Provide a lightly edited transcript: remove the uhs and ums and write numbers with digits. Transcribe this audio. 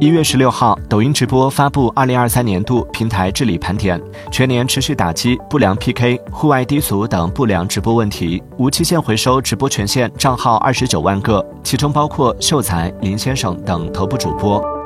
1月16号，抖音直播发布2023年度平台治理盘点，全年持续打击不良 PK、户外低俗等不良直播问题，无期限回收直播权限账号29万个，其中包括秀才、林先生等头部主播。